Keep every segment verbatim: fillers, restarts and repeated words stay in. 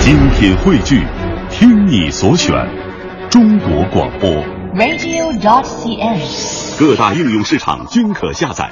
精品汇聚，听你所选，中国广播 radio dot c n， 各大应用市场均可下载。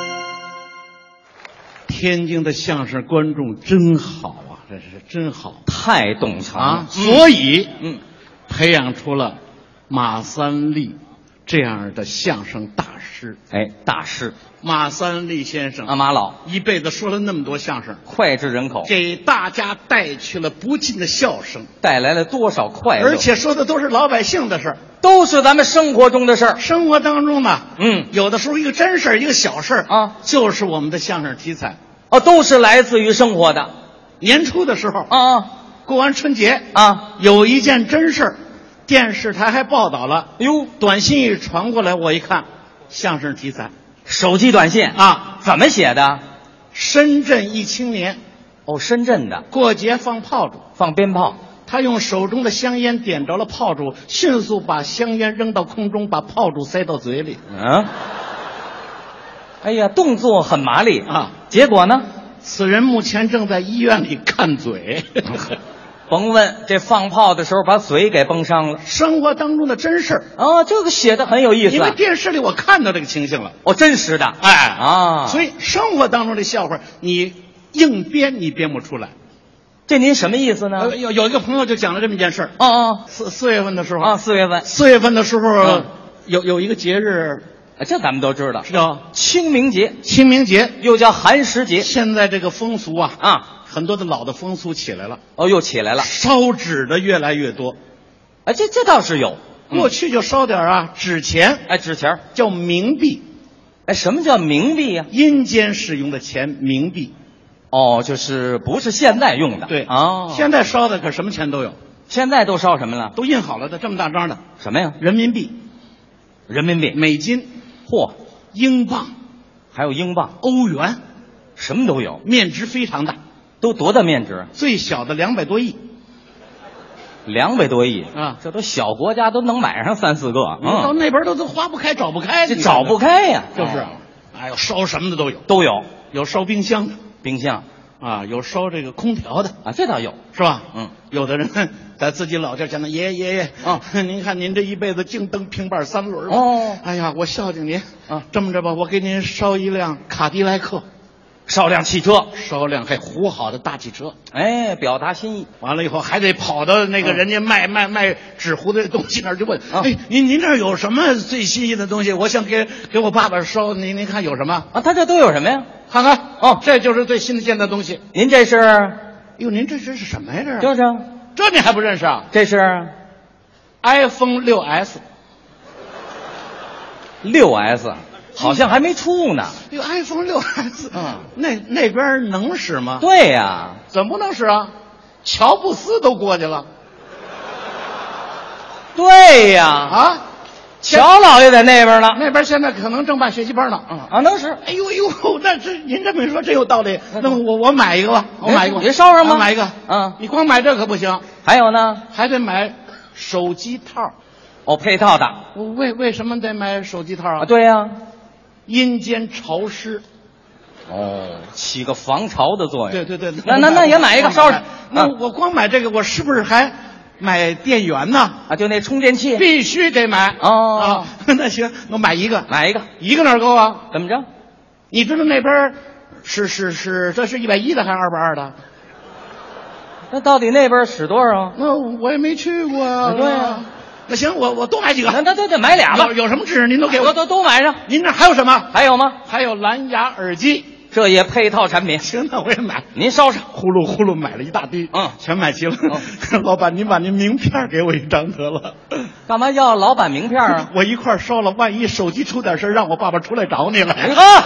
天津的相声观众真好啊，这是真好， 太懂行啊！ 嗯、 所以， 嗯， 培养出了马三立这样的相声大师。 哎，大师马三立先生啊，马老一辈子说了那么多相声， 脍炙人口， 给大家带去了不尽的笑声， 带来了多少快乐， 而且说的都是老百姓的事儿， 都是咱们生活中的事儿。 生活当中呢， 嗯， 有的时候一个真事儿，一个小事儿啊， 就是我们的相声题材。 哦，都是来自于生活的。 年初的时候啊， 过完春节啊， 有一件真事儿，电视台还报道了。 哟， 短信一传过来，我一看，相声题材， 手机短信啊， 怎么写的？ 深圳一青年， 哦，深圳的， 过节放炮竹， 放鞭炮， 他用手中的香烟点着了炮竹，迅速把香烟扔到空中，把炮竹塞到嘴里。 嗯。哎呀，动作很麻利啊！ 结果呢？ 此人目前正在医院里看嘴。 甭问，这放炮的时候把嘴给崩伤了。 生活当中的真事儿哦，这个写的很有意思、啊。 因为电视里我看到这个情形了。 哦，真实的。 哎啊， 所以生活当中的笑话，你硬编你编不出来。 这您什么意思呢？ 呃、有有一个朋友就讲了这么一件事儿。 哦哦， 四四月份的时候啊，四月份， 四月份的时候、 嗯、 有有一个节日。 这咱们都知道， 是叫清明节， 清明节又叫寒食节。 现在这个风俗啊啊， 很多的老的风俗起来了。 哦，又起来了， 烧纸的越来越多。 哎，这这倒是有， 过去就烧点啊纸钱， 哎，纸钱叫冥币。 哎，什么叫冥币呀、啊？ 阴间使用的钱，冥币。 哦，就是不是现在用的。 对哦， 现在烧的可什么钱都有。 现在都烧什么了？ 都印好了的，这么大张的。 什么呀？ 人民币、 人民币、 美金， 嚯， 英镑， 还有英镑、 欧元， 什么都有， 面值非常大。 都多大面值？ 最小的两百多亿。 两百多亿啊！ 这都小国家都能买上三四个。 嗯，到那边都都花不开，找不开， 这找不开呀、 啊。就是，哎呦，烧什么的都有， 都有， 有烧冰箱的， 冰箱啊，有烧这个空调的啊，这倒有， 是吧？ 嗯， 有的人在自己老家讲的，爷爷爷爷啊，您看您这一辈子净蹬平板三轮了。 哦， 哎呀，我孝敬您啊！ 这么着吧，我给您烧一辆卡迪莱克。 烧辆汽车， 烧辆还糊好的大汽车， 哎，表达心意。 完了以后还得跑到那个人家卖、嗯、卖卖纸糊的东西那儿就问， 啊、 哎，您您这儿有什么最新鲜的东西？我想给给我爸爸烧，您您看有什么啊？他这都有什么呀？ 看看哦，这就是最新鲜的东西。 您这是？ 哟，您这这是什么呀？这就是， 这你还不认识啊？ 这是 iPhone 六 S， 六 S。好像还没出呢。 哎呦 ，iPhone 六 S， 嗯， 那那边能使吗？ 对呀、啊， 怎么不能使啊？乔布斯都过去了。 对呀， 啊， 乔老爷在那边呢， 那边现在可能正办学习班呢。 嗯啊，能使。 哎呦呦，那这您这么一说真有道理。那我我买一个吧，我买一个。 别烧上吗？ 买一个。 嗯， 你光买这可不行。 还有呢， 还得买手机套。 哦，配套的。 我为为什么得买手机套啊？ 啊对呀、啊。 阴间潮湿， 哦，起个防潮的作用。 对对对， 那那那也买一个烧上。 那我光买这个，我是不是还买电源呢？ 啊，就那充电器， 必须得买。 哦， 啊，那行，我买一个， 买一个， 一个哪够啊？ 怎么着？ 你知道那边是是是，这是一百一的还是二百二的？ 那到底那边使多少？ 那我也没去过啊。 对啊。 那行，我我多买几个。 那那都得买俩吧。 有有什么知识您都给我， 都都都买上。 您这还有什么？ 还有吗？ 还有蓝牙耳机， 这也配套产品。 行，那我也买。 您烧上， 呼噜呼噜买了一大堆， 嗯， 全买齐了。 嗯、 老板，您把您名片给我一张得了。 干嘛要老板名片啊？ 我一块烧了，万一手机出点事让我爸爸出来找你了。 啊，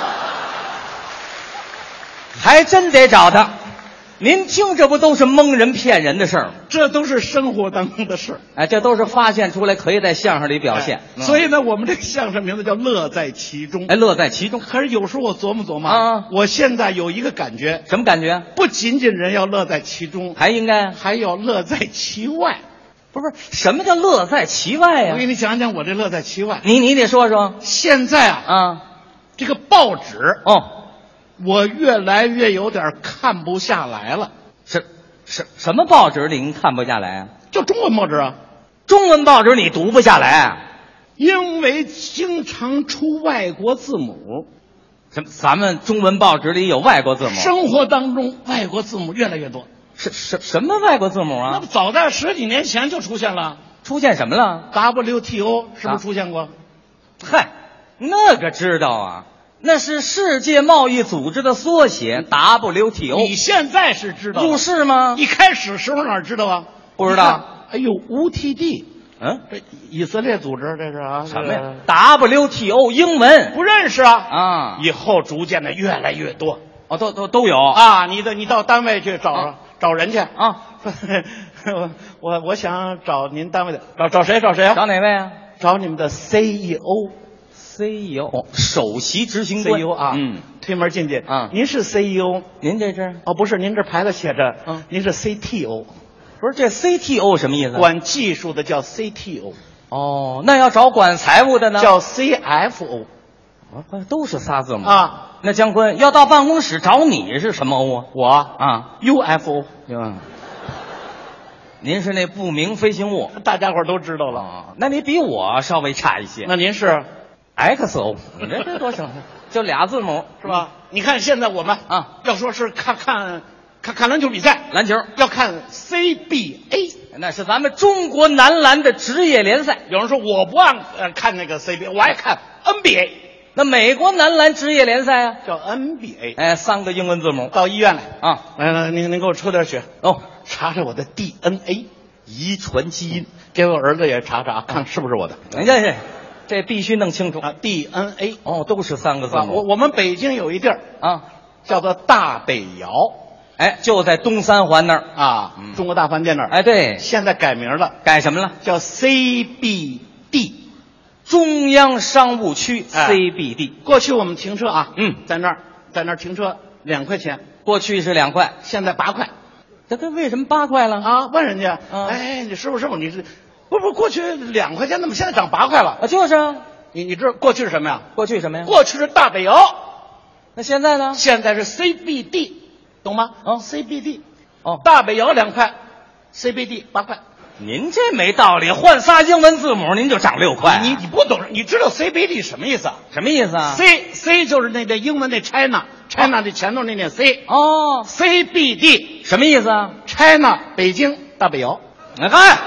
还真得找他。您听，这不都是蒙人骗人的事儿？ 这都是生活当中的事儿， 哎，这都是发现出来可以在相声里表现。 哎嗯、所以呢，我们这个相声名字叫乐在其中。 哎，乐在其中。 可是有时候我琢磨琢磨啊， 我现在有一个感觉， 什么感觉？ 不仅仅人要乐在其中， 还应该还要乐在其外。 不是，什么叫乐在其外呀、啊？ 我给你讲讲我这乐在其外。 你你得说说。 现在啊， 啊， 这个报纸哦， 我越来越有点看不下来了。 是什什么报纸里您看不下来啊？ 就中文报纸啊， 中文报纸你读不下来啊？ 因为经常出外国字母， 什么？咱们中文报纸里有外国字母？ 生活当中外国字母越来越多。 什什什么外国字母啊那不？早在十几年前就出现了出现什么了？ ，W T O 是不是出现过？ 嗨，那个知道啊，那是世界贸易组织的缩写 W T O。 你现在是知道入世吗？ 一开始时候哪知道啊？ 不知道。 你看哎呦 ，U T D， 嗯， 这以色列组织这是啊？ 什么呀 ？W T O 英文不认识啊？ 啊？ 以后逐渐的越来越多哦，都都都有啊！你的你到单位去找、啊、找人去啊！ 我我我想找您单位的，找找谁找谁啊？ 找哪位啊？ 找你们的 C E O。C E O 首席执行 C 官 E O 啊， 嗯， 推门进去啊您是 C E O， 您这是哦，不是，您这牌子写着， 嗯您是 C T O， 不是这 C T O 什么意思？ 管技术的叫 C T O， 哦，那要找管财务的呢？ 叫 C F O 哦都是仨字母啊。 那姜昆要到办公室找你是什么 O 啊？ 我啊 U F O， 嗯，您是那不明飞行物大家伙儿都知道了。 哦，那你比我稍微差一些。 那您是 X O， 你这这多省，就俩字母是吧？你看现在我们啊， 要说是看看看看篮球比赛， 篮球要看 C B A， 那是咱们中国男篮的职业联赛。 有人说我不爱呃看那个 C B A， 我爱看 N B A， 那美国男篮职业联赛啊， 叫 N B A。 哎，三个英文字母到医院来啊， 来来，您您给我抽点血， 哦， 查查我的 D N A， 遗传基因。 给我儿子也查查，看是不是我的。 哎这这这必须弄清楚啊 ，D N A 哦，都是三个字啊， 母。 我我们北京有一地儿啊， 叫做大北窑哎，就在东三环那儿。 啊， 嗯中国大饭店那儿。 哎，对， 现在改名了， 改什么了？ 叫 C B D， 中央商务区哎 C B D。 过去我们停车啊， 嗯， 在那儿在那儿停车两块钱， 过去是两块， 现在八块这这为什么八块了？ 啊。问人家， 啊哎，你师傅师傅，你是不不过去两块钱，怎么现在涨八块了？ 啊，就是啊， 你你知道过去是什么呀？ 过去什么呀？ 过去是大北窑， 那现在呢？ 现在是 C B D， 懂吗？ 哦 ，C B D， 哦， 大北窑两块，C B D 八块。 您这没道理，换仨英文字母您就涨六块啊、 你你不懂，你知道 C B D 什么意思啊什么意思啊 ？C C 就是那那英文那 China，China 的前头那念 C， 哦， C B D 什么意思啊？ China 北京大北窑。 你看，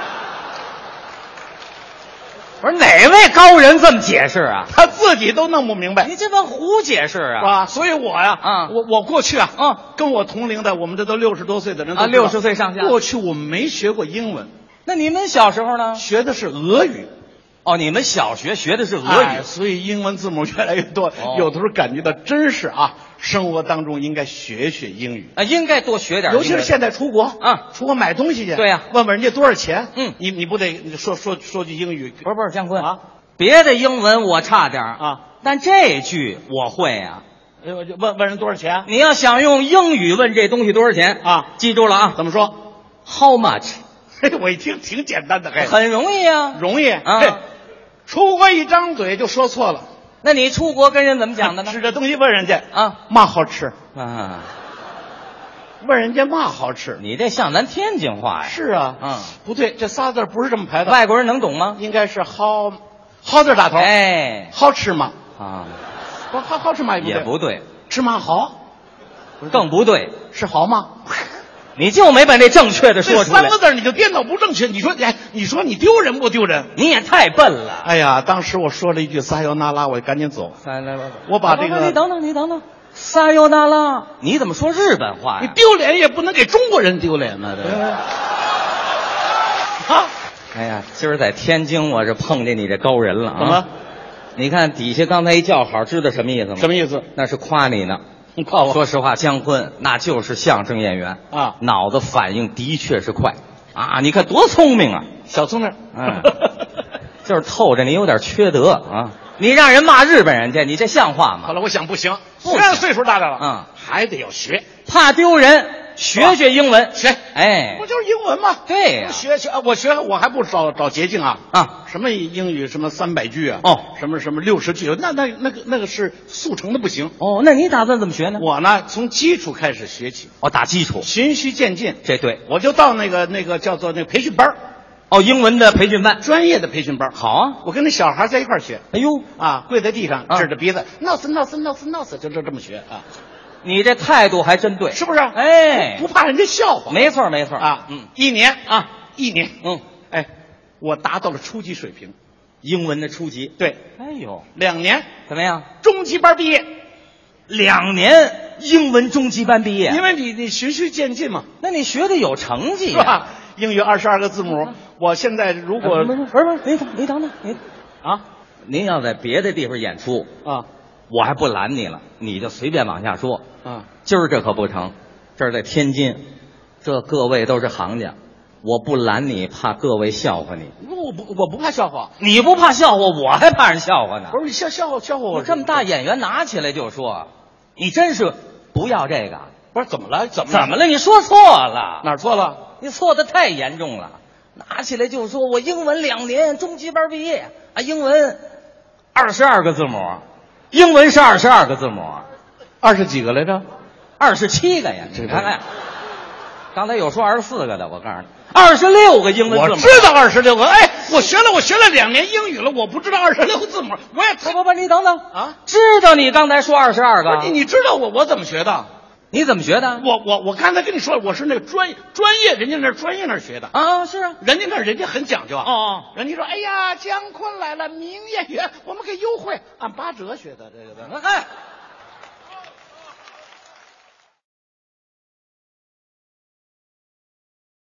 不是哪位高人这么解释啊？ 他自己都弄不明白， 你这帮胡解释是啊？ 吧？所以我呀， 啊我我过去啊， 嗯跟我同龄的，我们这都六十多岁的人都啊知道六十岁上下过去我们没学过英文， 那你们小时候呢？ 学的是俄语。 哦，你们小学学的是俄语， 哎所以英文字母越来越多， 哦有的时候感觉到真是啊，生活当中应该学学英语。 啊，应该多学点。 尤其是现在出国啊出国买东西去， 对呀问问人家多少钱， 嗯你你不得说说说句英语？ 不是不是，姜昆啊， 别的英文我差点儿啊， 但这句我会呀、 哎呦问问人多少钱？ 你要想用英语问这东西多少钱啊记住了啊怎么说？ ，How much？ 嘿，我一听挺简单的，嘿， 很容易啊。 容易啊嘿出国一张嘴就说错了， 那你出国跟人怎么讲的呢？ 吃这东西问人家啊嘛好吃， 啊， 问人家嘛好吃。 你这像咱天津话呀。 是啊， 嗯， 不对，这仨字不是这么排的， 外国人能懂吗？ 应该是好，好字打头， 哎， 好吃吗？ 啊， 不好好吃吗？ 也不对， 吃嘛好， 更不对， 是好吗？ 你就没把这正确的说出来这三个，字你就颠倒不正确，你说哎，你说你丢人不丢人？ 你也太笨了。 哎呀，当时我说了一句撒由那拉，我赶紧走。 来来来， 我把这个你等等，你等等，撒由那拉，你怎么说日本话呀？ 你丢脸也不能给中国人丢脸呐，这啊， 哎呀，今儿在天津，我是碰见你这高人了啊！ 怎么？ 你看底下刚才一叫好，知道什么意思吗？ 什么意思？ 那是夸你呢。 你夸我说实话，姜昆那就是相声演员啊脑子反应的确是快啊！你看多聪明啊！ 小聪明， 嗯，就是透着你有点缺德啊！你让人骂日本人去，你这像话吗？ 后来我想不行， 不虽然行岁数大点了， 嗯， 还得要学。 怕丢人， 学学英文， 学， 哎不，就是英文吗？ 对呀学学，我学我还不找找捷径啊啊！ 什么英语什么三百句啊？ 哦， 什么什么六十句，那那那个那个是速成的不行。 哦，那你打算怎么学呢？ 我呢，从基础开始学起， 哦，打基础， 循序渐进。 这对。 我就到那个那个叫做那个培训班儿， 哦，英文的培训班， 专业的培训班儿。 好啊。 我跟那小孩在一块儿学哎呦， 啊，跪在地上啊指着鼻子，nose nose nose nose，就就这么学啊， 你这态度还真对， 是不是？ 哎不怕人家笑话。 没错没错啊， 嗯一年啊， 一年， 嗯， 哎，我达到了初级水平。 英文的初级。 对， 哎呦， 两年怎么样？ 中级班毕业， 两年英文中级班毕业， 因为你你循序渐进嘛， 那你学的有成绩呀、 是吧？英语二十二个字母，我现在如果不是不是不是，你等你等等，你啊您要在别的地方演出， 啊我还不拦你了，你就随便往下说。 啊， 今儿这可不成，这儿在天津，这各位都是行家，我不拦你，怕各位笑话你。 我不我不怕笑话， 你不怕笑话，我还怕人笑话呢。 不是你笑笑话笑话我我这么大演员拿起来就说，你真是不要这个。 不是怎么了？怎么怎么了？你说错了， 哪儿错了？ 你错的太严重了。拿起来就说我英文两年中级班毕业啊，英文二十二个字母，英文是二十二个字母， 二十几个来着？ 二十七个呀！ 这你看看，刚才有说二十四个的，我告诉你，二十六个英文字母。 我知道二十六个，哎，我学了我学了两年英语了，我不知道二十六个字母，我也不不不，你等等啊， 知道你刚才说二十二个， 不是你你知道我我怎么学的？ 你怎么学的？ 我我我刚才跟你说了，我是那个专专业，人家那儿专业那儿学的， 啊，是啊， 人家那儿人家很讲究啊。 哦哦， 人家说，哎呀，姜昆来了，名演员，我们给优惠，按八折学的这个的。 哎，